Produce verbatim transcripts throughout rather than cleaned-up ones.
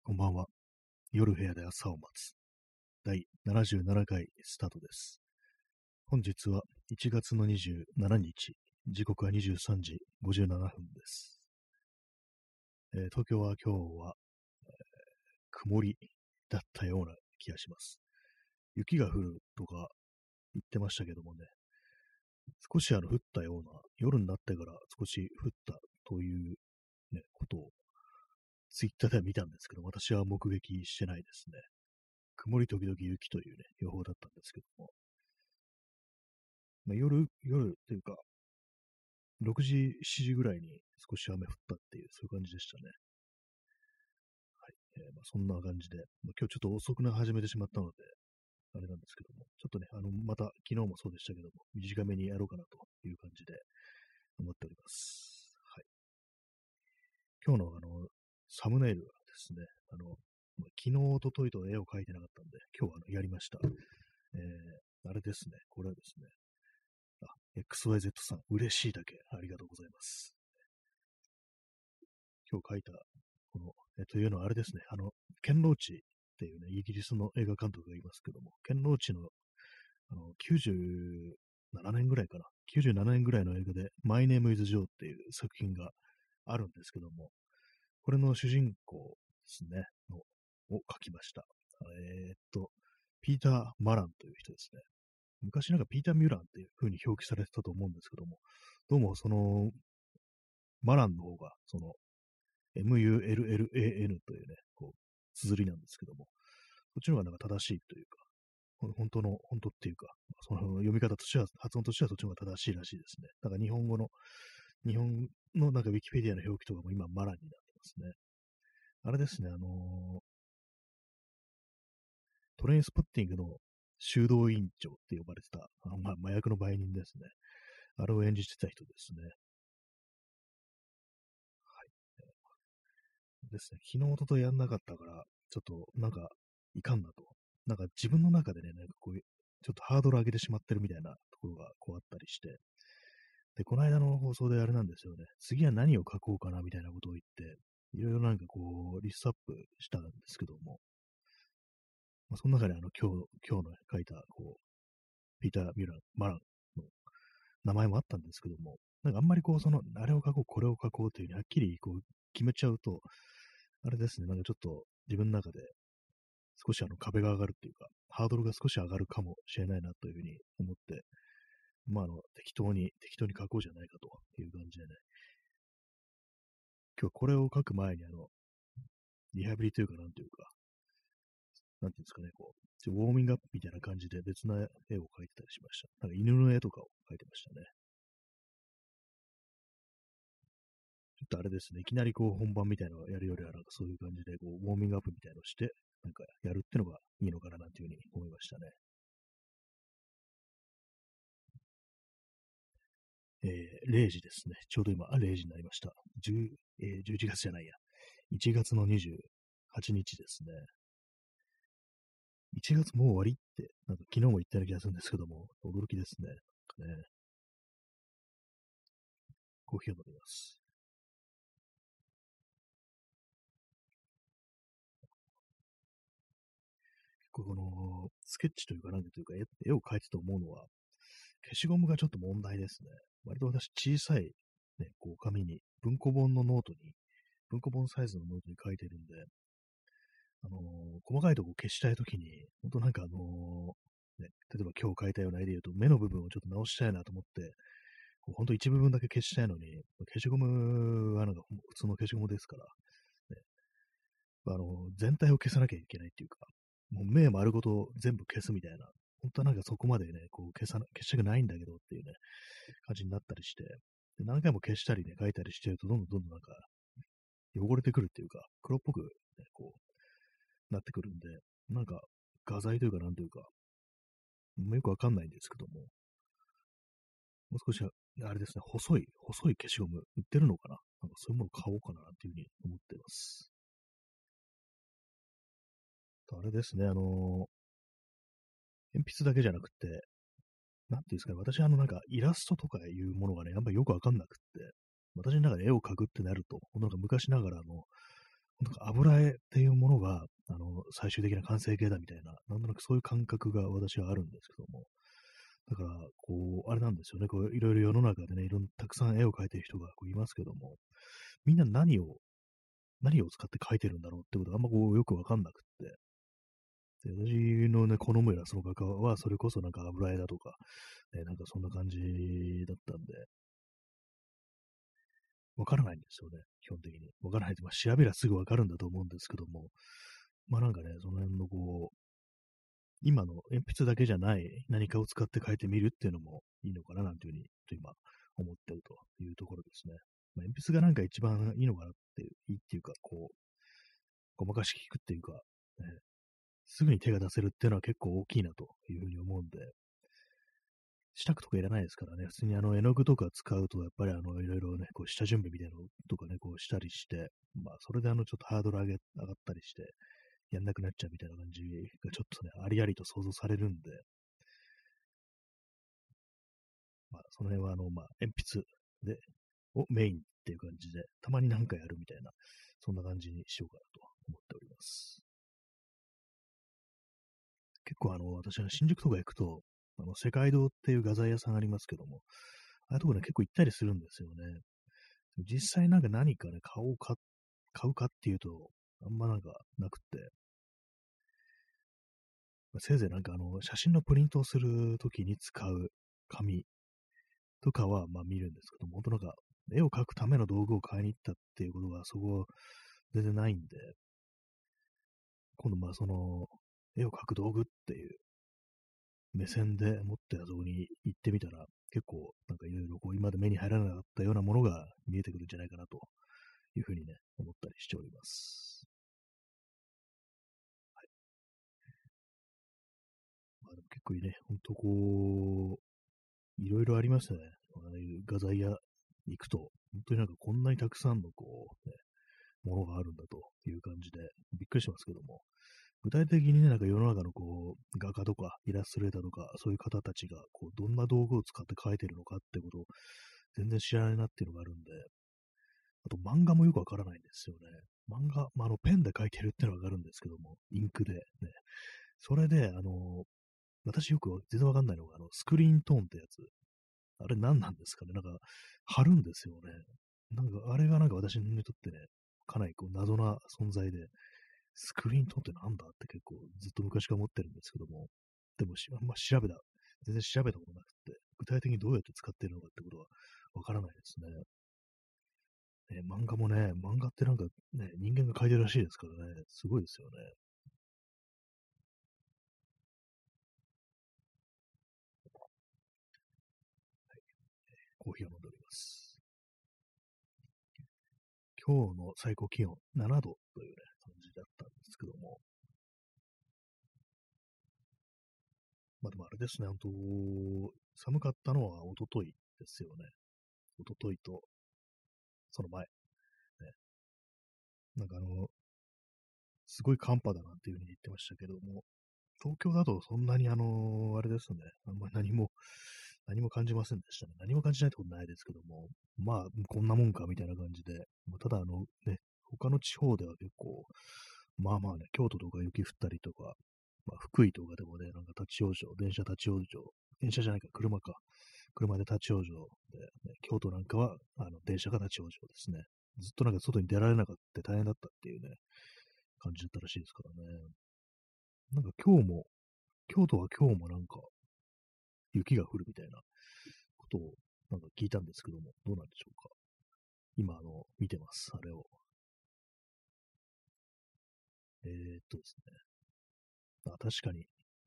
こんばんは。夜部屋で朝を待つ。だいななじゅうななかいスタートです。本日はいちがつのにじゅうしちにち、時刻はにじゅうさんじごじゅうななふんです。えー東京は今日は曇りだったような気がします。雪が降るとか言ってましたけどもね、少しあの降ったような、夜になってから少し降ったという、ね、ことをツイッターでは見たんですけど、私は目撃してないですね。曇り時々雪というね、予報だったんですけども、まあ、夜、夜というか、ろくじ、しちじぐらいに少し雨降ったっていう、そういう感じでしたね。はい。えーまあ、そんな感じで、まあ、今日ちょっと遅くな始めてしまったので、あれなんですけども、ちょっとね、あの、また昨日もそうでしたけども、短めにやろうかなという感じで思っております。はい。今日のあの、サムネイルはですね、あの、まあ昨日、一昨日と絵を描いてなかったんで、今日はあのやりました。えー、あれですね、これはですね、あ、エックスワイゼット さん、嬉しいだけありがとうございます。今日書いた、この、えというのはあれですね、あの、ケンローチっていうね、イギリスの映画監督がいますけども、ケンローチの、あの、きゅうじゅうななねんぐらいかな、きゅうじゅうななねんぐらいの映画で、マイネームイズジョーっていう作品があるんですけども、これの主人公ですね、のを書きました。えーっと、ピーター・マランという人ですね。昔なんかピーター・ミュランっていう風に表記されてたと思うんですけども、どうもその、マランの方が、その、ムーラン というね、こう、綴りなんですけども、そっちの方がなんか正しいというか、ほん本当の、本当っていうか、その読み方としては、発音としてはそっちの方が正しいらしいですね。だから日本語の、日本のなんかウィキペディアの表記とかも今、マランになってますね。あれですね、あのートレインスポッティングの修道院長って呼ばれてた、あのまあ、麻薬の売人ですね。あれを演じてた人ですね。はい。ですね。昨日、おとといやんなかったから、ちょっと、なんか、いかんなと。なんか自分の中でね、なんかこういう、ちょっとハードル上げてしまってるみたいなところがこうあったりして。で、この間の放送であれなんですよね。次は何を書こうかなみたいなことを言って、いろいろなんかこう、リストアップしたんですけども、まあ、その中であの、今日、今日の書いた、こう、ピーター・ミュラン、マランの名前もあったんですけども、なんかあんまりこう、その、あれを書こう、これを書こうというふうにはっきりこう、決めちゃうと、あれですね、なんかちょっと自分の中で少しあの壁が上がるっていうか、ハードルが少し上がるかもしれないなというふうに思って、まあ、あの、適当に、適当に書こうじゃないかという感じでね、今日これを書く前にあの、リハビリというか、なんというか、なんていうんですかね、こう、ちょウォーミングアップみたいな感じで別な絵を描いてたりしました。なんか犬の絵とかを描いてましたね。ちょっとあれですね、いきなりこう本番みたいなのをやるよりは、なんかそういう感じで、こう、ウォーミングアップみたいなのをして、なんかやるってのがいいのかななんていうふうに思いましたね。えー、れいじですね。ちょうど今、れいじになりました。じゅう、えー、じゅういちがつじゃないや。いちがつのにじゅうはちにちですね。いちがつもう終わりって、なんか昨日も言ったような気がするんですけども、驚きですね。ね、コーヒーを飲みます。この、スケッチというか、なんというか、絵絵を描いてて思うのは、消しゴムがちょっと問題ですね。割と私、小さい、ね、こう、紙に、文庫本のノートに、文庫本サイズのノートに書いてるんで、あのー細かいとこ消したいときに、本当なんかあのーね、例えば今日書いたような絵で言うと、目の部分をちょっと直したいなと思って、こう本当一部分だけ消したいのに、消しゴムはなんか普通の消しゴムですから、ね、あのー全体を消さなきゃいけないっていうか、もう目丸ごと全部消すみたいな、本当はなんかそこまでね、こう消さな、消したくないんだけどっていうね、感じになったりして、で何回も消したりね、書いたりしてると、どんどんどんどんなんか汚れてくるっていうか、黒っぽく、ね、こう、なってくるんで、なんか、画材というか、なんというか、もうよくわかんないんですけども、もう少し、あれですね、細い、細い消しゴム、売ってるのかな、なんかそういうもの買おうかな、っていうふうに思っています。あれですね、あの鉛筆だけじゃなくて、なんていうんですかね、私、あの、なんか、イラストとかいうものがね、あんまりよくわかんなくって、私の中で絵を描くってなると、なんか昔ながらの、 なんか油絵っていうものが、あの、最終的な完成形だみたいな、なんとなくそういう感覚が私はあるんですけども、だから、こう、あれなんですよね、こう、いろいろ世の中でね、いろんな、たくさん絵を描いてる人がこういますけども、みんな何を、何を使って描いてるんだろうってことがあんまこう、よくわかんなくって、で、私のね、好むようなその画家は、それこそなんか油絵だとか、ね、なんかそんな感じだったんで、わからないんですよね、基本的に。わからないって、まあ、調べりゃすぐわかるんだと思うんですけども、まあなんかね、その辺のこう、今の鉛筆だけじゃない何かを使って書いてみるっていうのもいいのかななんていうふうに、と今思ってるというところですね。まあ、鉛筆がなんか一番いいのかなっていう、いいっていうか、こう、ごまかし効くっていうか、ね、すぐに手が出せるっていうのは結構大きいなというふうに思うんで、支度とかいらないですからね、普通にあの絵の具とか使うと、やっぱりあのいろいろね、こう下準備みたいなのとかね、こうしたりして、まあそれであのちょっとハードル上げ、上がったりして、やんなくなっちゃうみたいな感じがちょっとね、ありありと想像されるんで、まあその辺はあの、まあ鉛筆で、をメインっていう感じで、たまになんかやるみたいな、そんな感じにしようかなと思っております。結構あの、私は新宿とか行くと、あの、世界堂っていう画材屋さんありますけども、ああいうとこね、結構行ったりするんですよね。実際なんか何かね、買おうか、買うかっていうと、あんまなんかなくって、まあせいぜいなんかあの、写真のプリントをするときに使う紙とかはまあ見るんですけども、本当なんか、絵を描くための道具を買いに行ったっていうことがそこ全然ないんで、今度まあその、絵を描く道具っていう目線で持ってあそこに行ってみたら、結構なんかいろいろこう今まで目に入らなかったようなものが見えてくるんじゃないかなというふうにね、思ったりしております。まあでも結構ね、ほんとこう、いろいろありましたね。ああいう画材屋行くと、本当になんかこんなにたくさんのこう、ね、ものがあるんだという感じで、びっくりしますけども、具体的にね、なんか世の中のこう、画家とかイラストレーターとか、そういう方たちが、こう、どんな道具を使って描いてるのかってことを全然知らないなっていうのがあるんで、あと漫画もよくわからないんですよね。漫画、まあ、あの、ペンで描いてるってのはわかるんですけども、インクでね。それで、あの、私よく全然わかんないのが、あの、スクリーントーンってやつ。あれ何なんですかね。なんか、貼るんですよね。なんか、あれがなんか私にとってね、かなりこう謎な存在で、スクリーントーンってなんだって結構ずっと昔から思ってるんですけども、でもしあんま調べた、全然調べたことなくて、具体的にどうやって使ってるのかってことはわからないですね。ね、漫画もね、漫画ってなんかね、人間が描いてるらしいですからね、すごいですよね。コーヒーを飲んでおります。今日の最高気温ななどというね、感じだったんですけども、まあでもあれですね、本当寒かったのは一昨日ですよね。一昨日と、その前。ね、なんかあの、すごい寒波だなっていうふうに言ってましたけども、東京だとそんなにあの、あれですね、あんまり何も、何も感じませんでしたね。何も感じないってことないですけども、まあ、こんなもんかみたいな感じで、まあ、ただあのね、他の地方では結構、まあまあね、京都とか雪降ったりとか、まあ、福井とかでもね、なんか立ち往生、電車立ち往生、電車じゃないか、車か、車で立ち往生で、ね、京都なんかは、あの、電車が立ち往生ですね。ずっとなんか外に出られなかった大変だったっていうね、感じだったらしいですからね。なんか今日も、京都は今日もなんか雪が降るみたいなことをなんか聞いたんですけども、どうなんでしょうか。今、あの、見てます、あれを。えーっとですね。あ、確かに、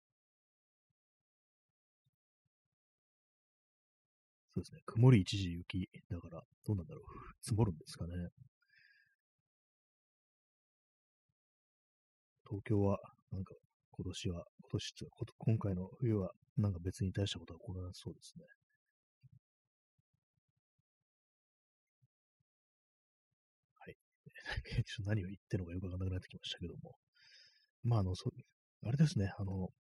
そうですね。曇り一時雪。だから、どうなんだろう。積もるんですかね。東京は、なんか、今年は、今年っていうか、こと今回の冬は、なんか別に大したことは起こらなそうですね。はい。ちょっと何を言ってるのかよくわからなくなってきましたけども。まあ、あの、そう、あれですね。あの、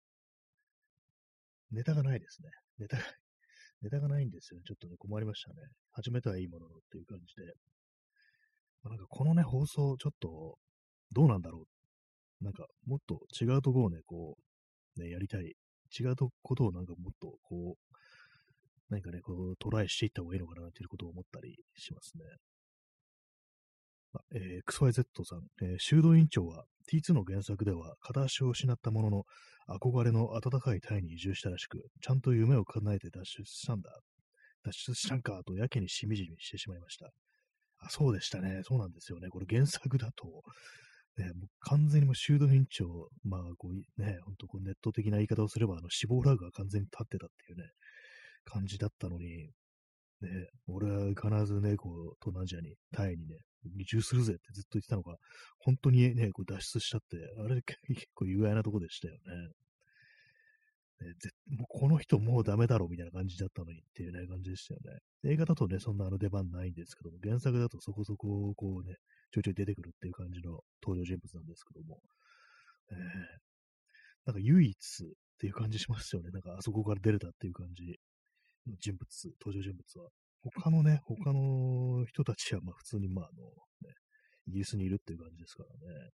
ネタがないですね。ネタが、ネタがないんですよね。ちょっとね、困りましたね。始めてはいいもののっていう感じで。 まあなんかこのね、放送、ちょっと、どうなんだろう。なんか、もっと違うところをね、こう、ね、やりたい。違うとことをなんかもっと、こう、何かね、こう、トライしていった方がいいのかなっていうことを思ったりしますね。あえー エックスワイゼット さん、えー修道院長は ティーツー の原作では片足を失ったものの、憧れの暖かいタイに移住したらしく、ちゃんと夢を叶えて脱出したんだ。脱出したんかとやけにしみじみしてしまいました。あ、そうでしたね。そうなんですよね。これ原作だと、ね、もう完全にもう修道院長、まあ、こうね、ほんとこうネット的な言い方をすれば、あの死亡ラグが完全に立ってたっていうね、感じだったのに、ね、俺は必ずね、こう、東南アジアに、タイにね、移住するぜってずっと言ってたのが、本当にね、こう脱出したって、あれ結構意外なとこでしたよね。ねぜもうこの人もうダメだろうみたいな感じだったのにっていうね、感じでしたよね。映画だとね、そんなあの出番ないんですけども、原作だとそこそここうね、ちょいちょい出てくるっていう感じの登場人物なんですけども、えーなんか唯一っていう感じしますよね。なんかあそこから出れたっていう感じの人物、登場人物は。他のね、他の人たちはまあ普通にまああの、ね、イギリスにいるっていう感じですからね。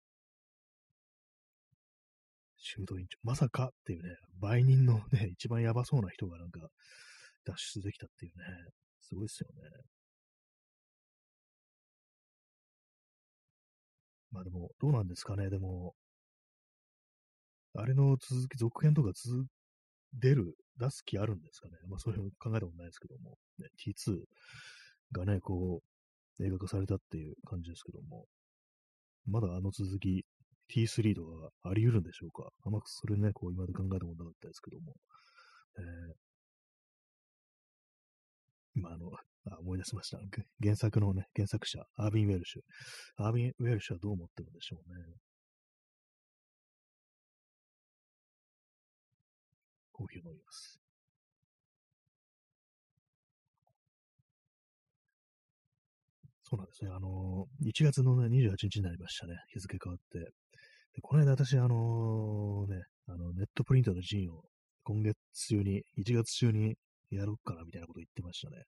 修道院長、まさかっていうね、売人のね、一番やばそうな人がなんか脱出できたっていうね、すごいですよね。まあでも、どうなんですかね。でも、あれの続き、続編とか続、出る、出す気あるんですかね。まあそういうの考えたことないですけども、ね、ティーツー がね、こう、映画化されたっていう感じですけども、まだあの続き、ティースリー とかあり得るんでしょうか。あんまそれね、こう今まで考えたことなかったですけども、えー今あの、あ、思い出しました。ぐ原作のね、原作者、アービン・ウェルシュ。アービン・ウェルシュはどう思ってるんでしょうね。コーヒーを飲みます。そうなんですね。あのー、いちがつのね、にじゅうはちにちにちになりましたね。日付変わって。で、この間私、あのね、あの、ネットプリントの陣を今月中に、いちがつ中にやろうかなみたいなこと言ってましたね。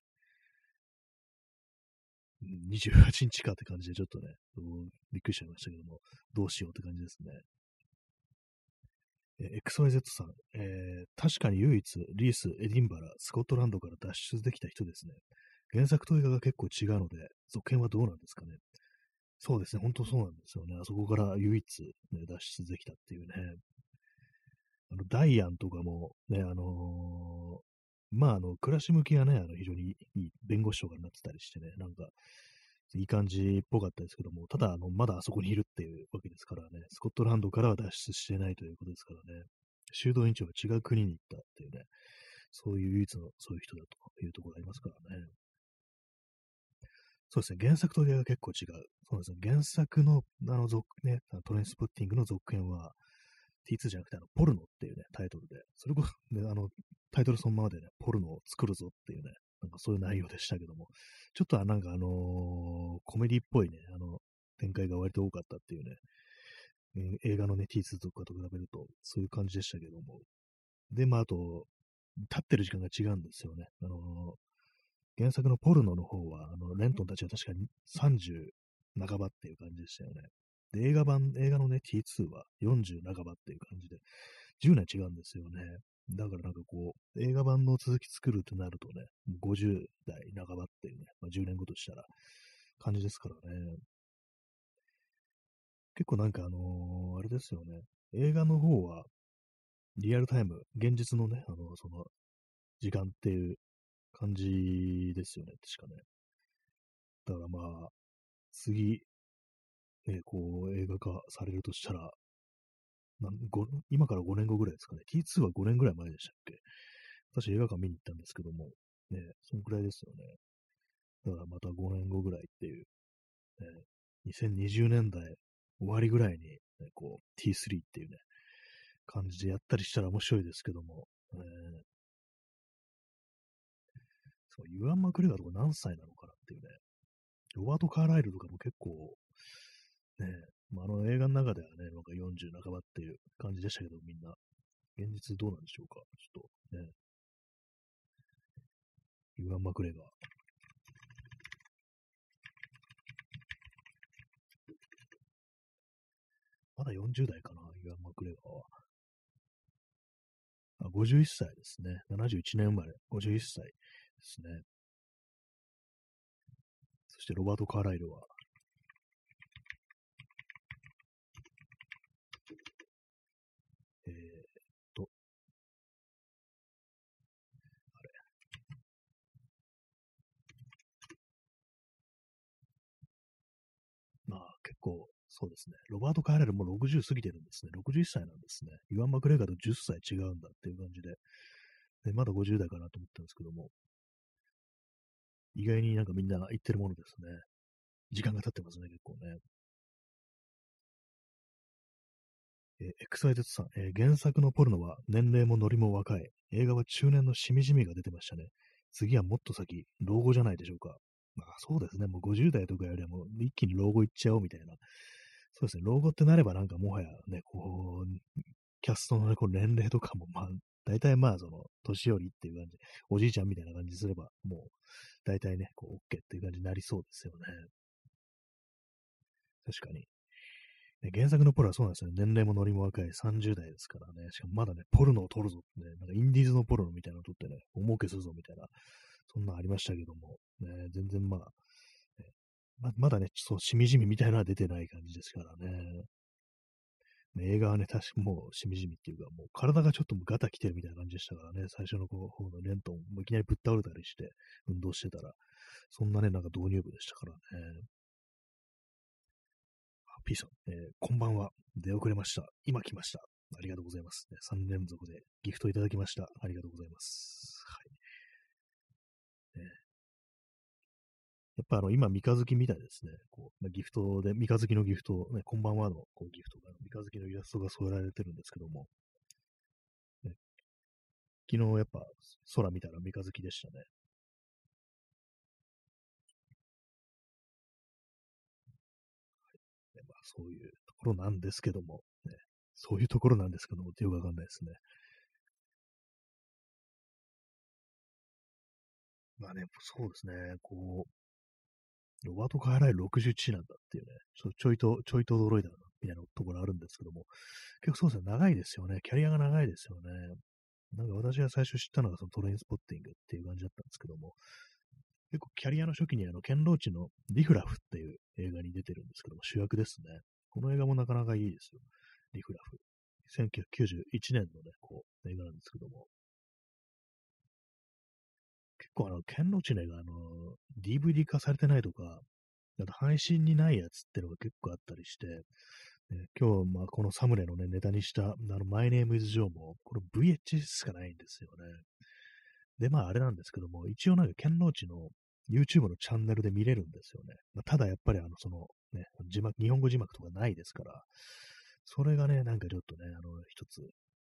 うん、にじゅうはちにちかって感じでちょっとね、びっくりしちゃいましたけども、どうしようって感じですね。えー エックスワイゼット さん、えー確かに唯一、リース、エディンバラ、スコットランドから脱出できた人ですね。原作と映画が結構違うので、続編はどうなんですかね。そうですね、本当そうなんですよね。あそこから唯一、ね、脱出できたっていうね。あの、ダイアンとかも、ね、あのーまあ、あの、暮らし向きはね、あの、非常にいい弁護士とかになってたりしてね、なんか、いい感じっぽかったですけども、ただ、あの、まだあそこにいるっていうわけですからね、スコットランドからは脱出してないということですからね、修道院長は違う国に行ったっていうね、そういう唯一のそういう人だというところがありますからね。そうですね、原作と映画が結構違う。そうですね、原作の、あの、続、ね、トレインスポッティングの続編は、ティーツー じゃなくて、あの、ポルノっていうね、タイトルで、それこそ、ね、あの、タイトルそのままでね、ポルノを作るぞっていうね、なんかそういう内容でしたけども、ちょっとはなんかあのーコメディっぽいね、あの、展開が割と多かったっていうね、えー映画のね、ティーツー とかと比べると、そういう感じでしたけども。で、まあ、あと、立ってる時間が違うんですよね。あのー原作のポルノの方は、あの、レントンたちは確かにさんじゅう半ばっていう感じでしたよね。で、映画版、映画のね、ティーツー はよんじゅう半ばっていう感じで、じゅうねん違うんですよね。だからなんかこう、映画版の続き作るってなるとね、もうごじゅう代半ばっていうね、まあ、じゅうねんごとしたら感じですからね。結構なんかあのーあれですよね。映画の方はリアルタイム、現実のね、あの、その、時間っていう感じですよね、確かね。だからまあ、次、ね、こう、映画化されるとしたら、なんご今からごねんごぐらいですかね。ティーツー はごねんぐらい前でしたっけ。私映画館見に行ったんですけども、ね、そんくらいですよね。だからまたごねんごぐらいっていう、ね、にせんにじゅうねんだい終わりぐらいに、ね、こう ティースリー っていうね、感じでやったりしたら面白いですけども、えーそう、ユアン・マクレガーとか何歳なのかなっていうね、ロバート・カーライルとかも結構、ね、まあ、あの映画の中ではね、なんかよんじゅう半ばっていう感じでしたけど、みんな。現実どうなんでしょうか。ちょっとね、ユアン・マクレガー。 まだよんじゅう代かな、イワン・マクレガーは。あ、ごじゅういっさいですね。ななじゅういちねん生まれ、ごじゅういっさいですね。そしてロバート・カーライルは、えーっと、まあ結構、そうですね。ロバート・カーライルもろくじゅう過ぎてるんですね。ろくじゅっさいなんですね。イワン・マクレガーとじゅっさい違うんだっていう感じで。で、まだごじゅう代かなと思ったんですけども、意外になんかみんな言ってるものですね。時間が経ってますね、結構ね。えー、エクサイテッドさん、えー原作のポルノは年齢もノリも若い。映画は中年のしみじみが出てましたね。次はもっと先、老後じゃないでしょうか。まあそうですね、もうごじゅう代とかよりはもう一気に老後行っちゃおうみたいな。そうですね、老後ってなればなんかもはやね、こう、キャストの、ね、こう年齢とかもまあ、大体まあその、年寄りっていう感じ、おじいちゃんみたいな感じすれば、もう、大体ね、こう、OK っていう感じになりそうですよね。確かに。ね、原作のポルはそうなんですよね。年齢もノリも若いさんじゅう代ですからね。しかもまだね、ポルノを撮るぞってね、なんかインディーズのポルノみたいなのを撮ってね、大儲けするぞみたいな、そんなのありましたけども、ね、全然まあ、ねままだね、そう、しみじみみたいなのは出てない感じですからね。ね映画はね、確かもうしみじみっていうか、もう体がちょっともうガタ来てるみたいな感じでしたからね、最初のこう方のレントン、もういきなりぶっ倒れたりして、運動してたら、そんなね、なんか導入部でしたからね。P さん、えーこんばんは。出遅れました。今来ました。ありがとうございます。ねさん連続でギフトいただきました。ありがとうございます。はい。ね、やっぱあの、今、三日月みたいですね。こう、まあギフトで、三日月のギフト、ね、こんばんはのこうギフトが、三日月のイラストが添えられてるんですけども、ね、昨日やっぱ空見たら三日月でしたね。ねまあ、そういうところなんですけども、ね、そういうところなんですけどもってよくわかんないですね。まあね、そうですね。こう、ロバート・カーライルろくじゅういちなんだっていうね、ちょちょいと、ちょいと驚いたな、みたいなところあるんですけども、結構そうですね、長いですよね。キャリアが長いですよね。なんか私が最初知ったのがそのトレインスポッティングっていう感じだったんですけども、結構キャリアの初期にあの、ケンローチのリフラフっていう映画に出てるんですけども、主役ですね。この映画もなかなかいいですよ。リフラフ。せんきゅうひゃくきゅうじゅういちねんのね、こう、映画なんですけども、結構あの、ケンローチの映画、あの、ディーブイディー 化されてないとか、あと配信にないやつっていうのが結構あったりして、ね、今日、まあ、このサムネのね、ネタにした、あの、マイネームイズジョーも、これ ブイエイチエス しかないんですよね。で、まあ、あれなんですけども、一応なんか、ケンローチの YouTube のチャンネルで見れるんですよね。まあ、ただ、やっぱり、あの、その、ね、字幕、日本語字幕とかないですから、それがね、なんかちょっとね、あの、一つ、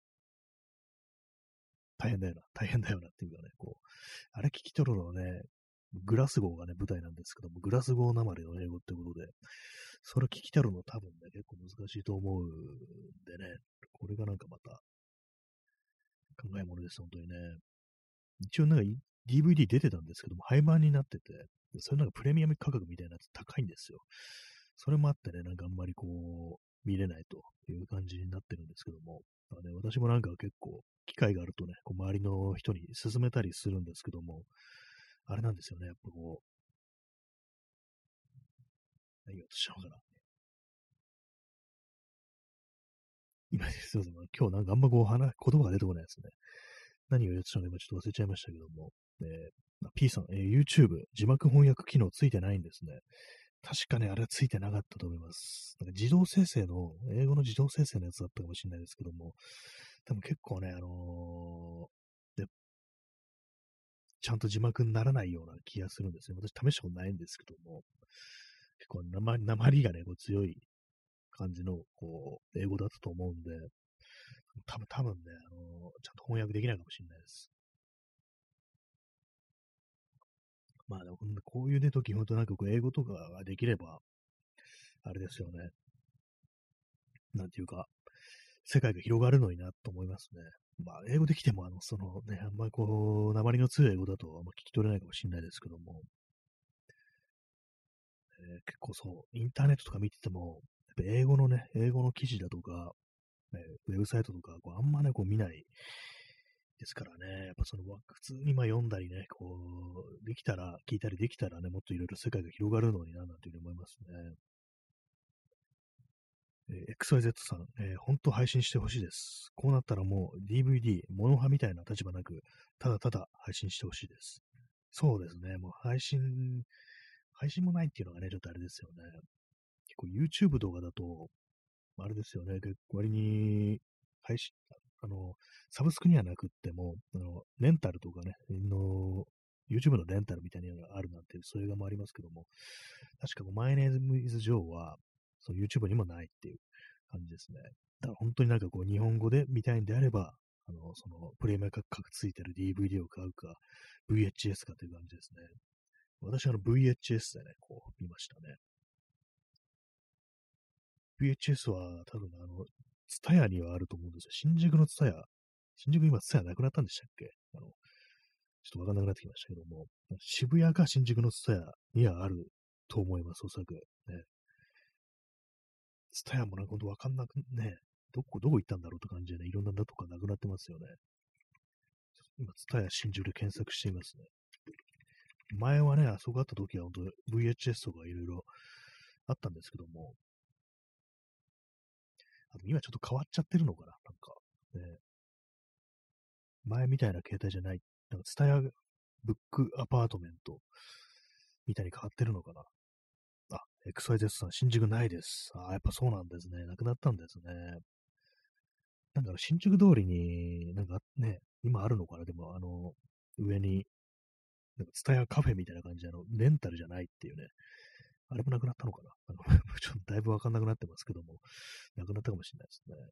大変だよな、大変だよなっていうかね、こう、あれ聞き取るのはね、グラスゴーがね、舞台なんですけども、グラスゴーなまりの英語ってことで、それ聞き取るの多分ね、結構難しいと思うんでね、これがなんかまた考えものです、本当にね。一応なんか ディーブイディー 出てたんですけども、廃盤になってて、でそれなんかプレミアム価格みたいなやつ高いんですよ。それもあってね、なんかあんまりこう、見れないという感じになってるんですけども、まあね、私もなんか結構、機会があるとね、こう周りの人に勧めたりするんですけども、あれなんですよね、やっぱこう、何言おうとしたのかな。今、すいません、今日なんかあんまこう話、言葉が出てこないですね。何を言おうとしたのか今ちょっと忘れちゃいましたけども、えー、P さん、えー YouTube 字幕翻訳機能ついてないんですね。確かね、あれはついてなかったと思います。なんか自動生成の、英語の自動生成のやつだったかもしれないですけども、多分結構ね、あのーで、ちゃんと字幕にならないような気がするんですね。私試したことないんですけども、結構なま、なまりがね、こう強い感じの、こう、英語だったと思うんで、多分、多分ね、あのーちゃんと翻訳できないかもしれないです。まあでも、こういうね、時、ほんとなんかこう、英語とかができれば、あれですよね。なんていうか、世界が広がるのになと思いますね。まあ、英語できても、あの、そのね、あんまりこう、訛りの強い英語だとあんま聞き取れないかもしれないですけども、えー結構そう、インターネットとか見てても、 ぱ英語のね、英語の記事だとか、えーウェブサイトとか、こうあんまね、こう見ないですからね、やっぱその、普通にまあ読んだりね、こう、できたら、聞いたりできたらね、もっといろいろ世界が広がるのにな、なんていうふうに思いますね。えー エックスワイゼット さん、えー本当配信してほしいです。こうなったらもう ディーブイディー、モノ派みたいな立場なく、ただただ配信してほしいです。そうですね、もう配信、配信もないっていうのがね、ちょっとあれですよね。結構 YouTube 動画だと、あれですよね、結構割に配信、あの、サブスクにはなくっても、あの、レンタルとかね、の YouTube のレンタルみたいなのがあるなんて、そういう映画もありますけども、確かこうマイネームイズジョーは、その YouTube にもないっていう感じですね。だから本当になんかこう日本語で見たいんであれば、あの、そのプレミア価格ついてる ディーブイディー を買うか、ブイエイチエス かという感じですね。私はあの ブイエイチエス でね、こう見ましたね。ブイエイチエス は多分あの、ツタヤにはあると思うんですよ。新宿のツタヤ。新宿今ツタヤなくなったんでしたっけ？あの、ちょっとわかんなくなってきましたけども、渋谷か新宿のツタヤにはあると思います、おそらく。ね。ツタヤもなんかほんとわかんなくね、どこ、どこ行ったんだろうって感じでね、いろんなだとかなくなってますよね。今、ツタヤ新宿で検索していますね。前はね、あそこあった時は本当 ブイエイチエス とかいろいろあったんですけども、あと今ちょっと変わっちゃってるのかな、なんか。ね、前みたいな携帯じゃない。なんか、ツタヤブックアパートメントみたいに変わってるのかな。あ、エックスワイゼット さん、新宿ないです。あ、やっぱそうなんですね。なくなったんですね。なんか新宿通りに、なんかね、今あるのかな。でも、あの、上に、なんかツタヤカフェみたいな感じで、あの、レンタルじゃないっていうね。あれもなくなったのかな。あのちょっとだいぶわかんなくなってますけども、なくなったかもしれないですね。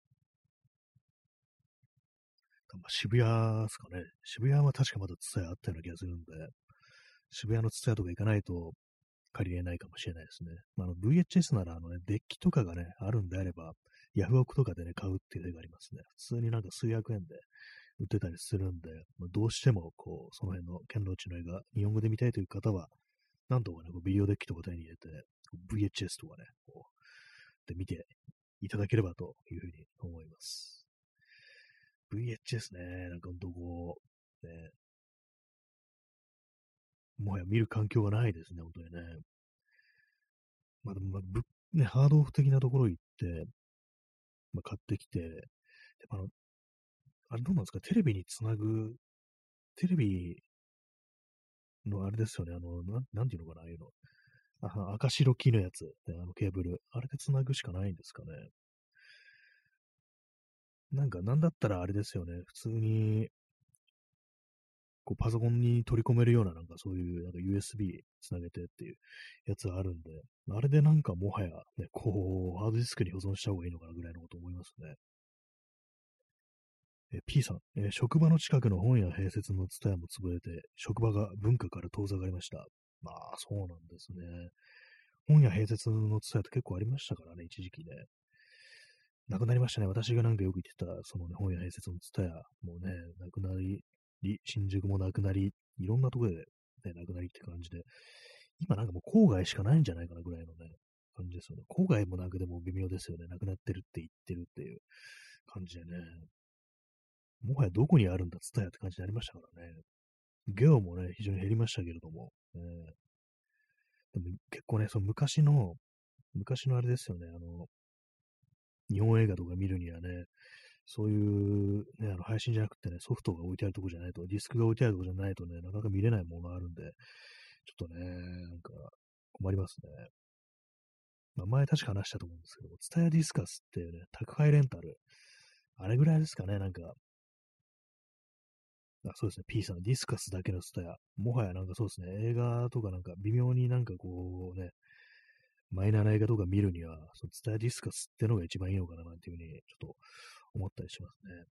まあ、渋谷ですかね。渋谷は確かまだツタヤあったような気がするんで、渋谷のツタヤとか行かないと借りれないかもしれないですね。まあ、あの ブイエイチエス ならあの、ね、デッキとかがね、あるんであれば、ヤフオクとかでね、買うっていう手がありますね。普通になんか数百円で売ってたりするんで、まあ、どうしてもこう、その辺の剣の内の映画、日本語で見たいという方は、なんとかね、こうビデオデッキとか手に入れて、ブイエイチエス とかね、こう、で見ていただければというふうに思います。ブイエイチエス ね、なんかほんとこう、ね、もはや見る環境がないですね、本当にね。まあ、でもまあ、ぶね、ハードオフ的なところ行って、まあ、買ってきて、であの、あれどうなんですか、テレビにつなぐ、テレビのあれですよね、あの、なん、なんていうのかな、ああいうの。あ、赤白キーのやつ、ね、あのケーブル。あれでつなぐしかないんですかね。なんか、なんだったらあれですよね、普通に、こうパソコンに取り込めるような、なんかそういう、なんか ユーエスビー つなげてっていうやつがあるんで、あれでなんかもはや、ね、こう、ハードディスクに保存した方がいいのかなぐらいのこと思いますね。え P さん、えー職場の近くの本屋併設のツタヤも潰れて、職場が文化から遠ざかりました。まあ、そうなんですね。本屋併設のツタヤって結構ありましたからね、一時期ね。なくなりましたね。私がなんかよく言ってた、そのね、本屋併設のツタヤもね、なくなり、新宿もなくなり、いろんなところで、ね、なくなりって感じで、今なんかもう郊外しかないんじゃないかなぐらいのね、感じですよね。郊外もなんかでも微妙ですよね。なくなってるって言ってるっていう感じでね。もはやどこにあるんだ、ツタヤって感じになりましたからね。ゲオもね、非常に減りましたけれども、えーでも結構ね、その昔の、昔のあれですよね、あの、日本映画とか見るにはね、そういうね、あの配信じゃなくてね、ソフトが置いてあるとこじゃないと、ディスクが置いてあるとこじゃないとね、なかなか見れないものがあるんで、ちょっとね、なんか困りますね。まあ、前確か話したと思うんですけども、ツタヤディスカスっていうね、宅配レンタル、あれぐらいですかね、なんか、あ、そうですね、P さん、ディスカスだけのツタヤ。もはやなんかそうですね、映画とかなんか微妙になんかこうね、マイナーな映画とか見るには、そのツタヤディスカスってのが一番いいのかななんていうふうにちょっと思ったりしますね。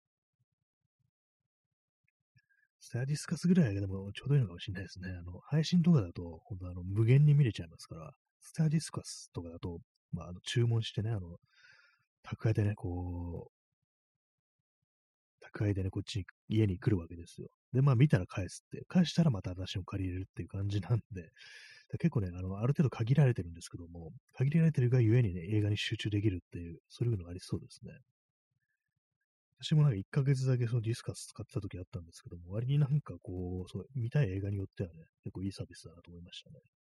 ツタヤディスカスぐらいがでもちょうどいいのかもしれないですね。あの、配信とかだと、本当あの、無限に見れちゃいますから、ツタヤディスカスとかだと、まあ、あの、注文してね、あの、宅配でね、こう、宅配でね、こっちに、家に来るわけですよ。で、まあ見たら返すって、返したらまた私も借りれるっていう感じなんで、 で結構ね、あの、ある程度限られてるんですけども、限られてるがゆえにね、映画に集中できるっていう、そういうのがありそうですね。私もなんかいっかげつだけそのディスカス使ってた時あったんですけども、割になんかこう、そう、見たい映画によってはね、結構いいサービスだなと思いましたね。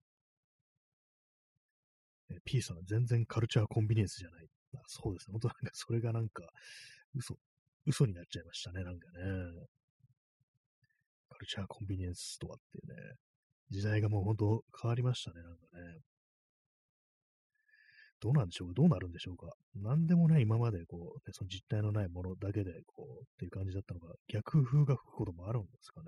え P さんは全然カルチャーコンビニエンスじゃない。あ、そうですね。本当なんかそれがなんか、嘘、嘘になっちゃいましたね、なんかね。カルチャーコンビニエンスとはっていうね。時代がもう本当変わりましたね、なんかね。どうなんでしょうか、どうなるんでしょうか。なんでもない今までこう、ね、その実体のないものだけでこう、っていう感じだったのが、逆風が吹くこともあるんですかね。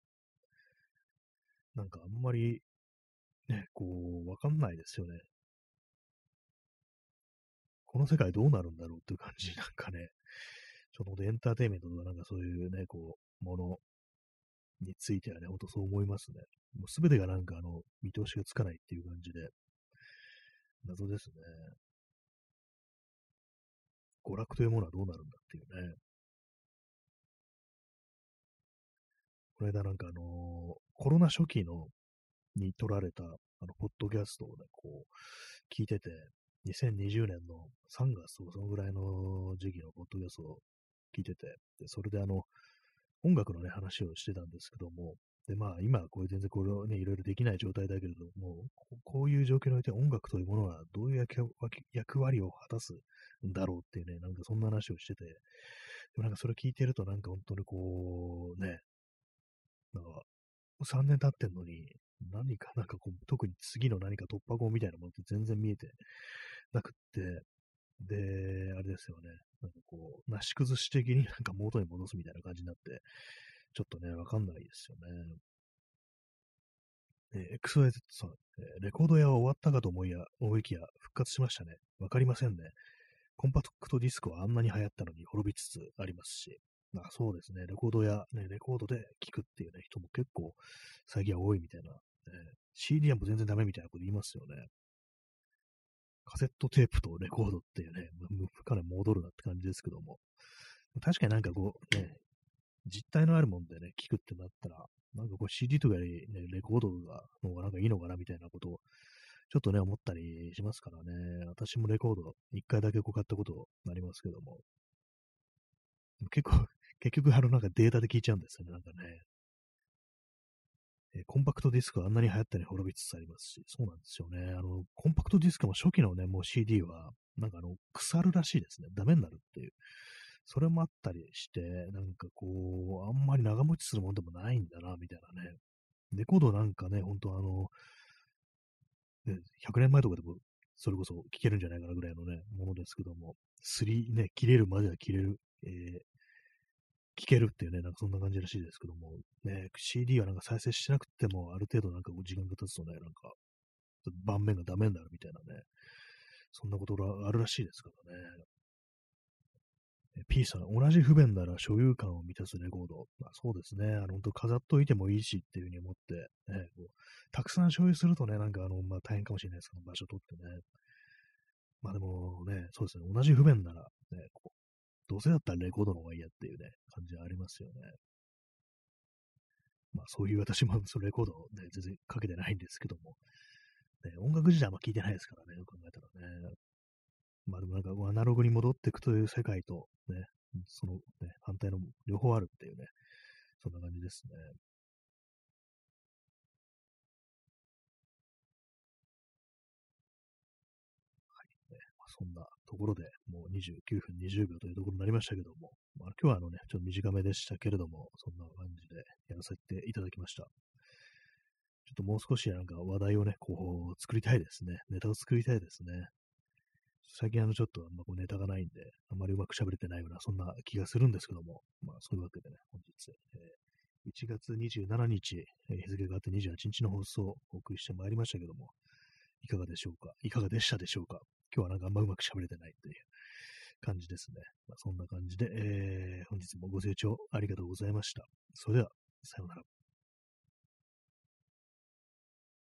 なんかあんまりね、こう、わかんないですよね。この世界どうなるんだろうっていう感じ、なんかね、ちょっとエンターテインメントとかなんかそういうね、こう、ものについてはね、ほんとそう思いますね。もうすべてがなんかあの、見通しがつかないっていう感じで、謎ですね。娯楽というものはどうなるんだっていうね。この間なんかあのーコロナ初期のに撮られた、あの、ポッドキャストをね、こう、聞いてて、にせんにじゅうねんのさんがつとかそのぐらいの時期のポッドキャストを聞いてて、で、それであの、音楽のね、話をしてたんですけども、で、まあ、今はこういう全然これをね、いろいろできない状態だけれども、ここういう状況において音楽というものはどういう役割役割を果たすんだろうっていうね、なんかそんな話をしてて、でもなんかそれ聞いてるとなんか本当にこう、ね、なんかさんねん経ってんのに、何かなんかこう、特に次の何か突破口みたいなものって全然見えてなくって、で、あれですよね。なんかこう、なし崩し的になんか元に戻すみたいな感じになって、ちょっとね、わかんないですよね。えー、エックスワイゼット さん、えーレコード屋は終わったかと思いや、思いきや復活しましたね。わかりませんね。コンパクトディスクはあんなに流行ったのに滅びつつありますし、まあそうですね、レコードや、ね、レコードで聴くっていうね、人も結構最近は多いみたいな、ね、シーディー はもう全然ダメみたいなこと言いますよね。カセットテープとレコードっていうね、むかなり戻るなって感じですけども。確かになんかこう、ね、実体のあるもんでね、聞くってなったら、なんかこう シーディー とかよりね、レコードが、の方がなんかいいのかなみたいなことを、ちょっとね、思ったりしますからね。私もレコード、一回だけこう買ったことありますけども、結構、結局あのなんかデータで聞いちゃうんですよね、なんかね。えーコンパクトディスクはあんなに流行ったに滅びつつありますし、そうなんですよね。あの、コンパクトディスクも初期のね、もう シーディー は、なんかあの、腐るらしいですね。ダメになるっていう。それもあったりして、なんかこう、あんまり長持ちするもんでもないんだな、みたいなね。レコードなんかね、ほんとあの、ね、ひゃくねんまえとかでも、それこそ聴けるんじゃないかなぐらいのね、ものですけども、すり、ね、切れるまでは切れる、えー聞けるっていうね、なんかそんな感じらしいですけども、ね、シーディー はなんか再生しなくても、ある程度なんかこう時間が経つとね、なんか、盤面がダメになるみたいなね、そんなことがあるらしいですからね。え P さん、同じ不便なら所有感を満たすレコード。まあそうですね。あの、本当飾っといてもいいしっていうふうに思って、ね、こうたくさん所有するとね、なんかあの、まあ大変かもしれないですけど、場所取ってね。まあでもね、そうですね。同じ不便なら、ね、こうどうせだったらレコードの方がいいやっていうね、感じはありますよね。まあそういう私もそのレコードをね、全然かけてないんですけども、ね、音楽自体あんま聞いてないですからね、よく考えたらね。まあでもなんかこうアナログに戻っていくという世界とね、そのね、反対の両方あるっていうね、そんな感じですね。ねまあ、そんなところでもうにじゅうきゅうふんにじゅうびょうというところになりましたけども、まあ、今日はあのね、ちょっと短めでしたけれども、そんな感じでやらせていただきました。ちょっともう少しなんか話題をね、こう作りたいですね。ネタを作りたいですね。最近あのちょっとあんまこうネタがないんで、あんまりうまく喋れてないような、そんな気がするんですけども、まあそういうわけでね、本日、えー、いちがつにじゅうしちにち、えー日付があってにじゅうはちにちの放送をお送りしてまいりましたけども、いかがでしょうかいかがでしたでしょうか。今日はなんかあんまうまく喋れてないという感じですね。まあ、そんな感じで、えー本日もご清聴ありがとうございました。それでは、さようなら。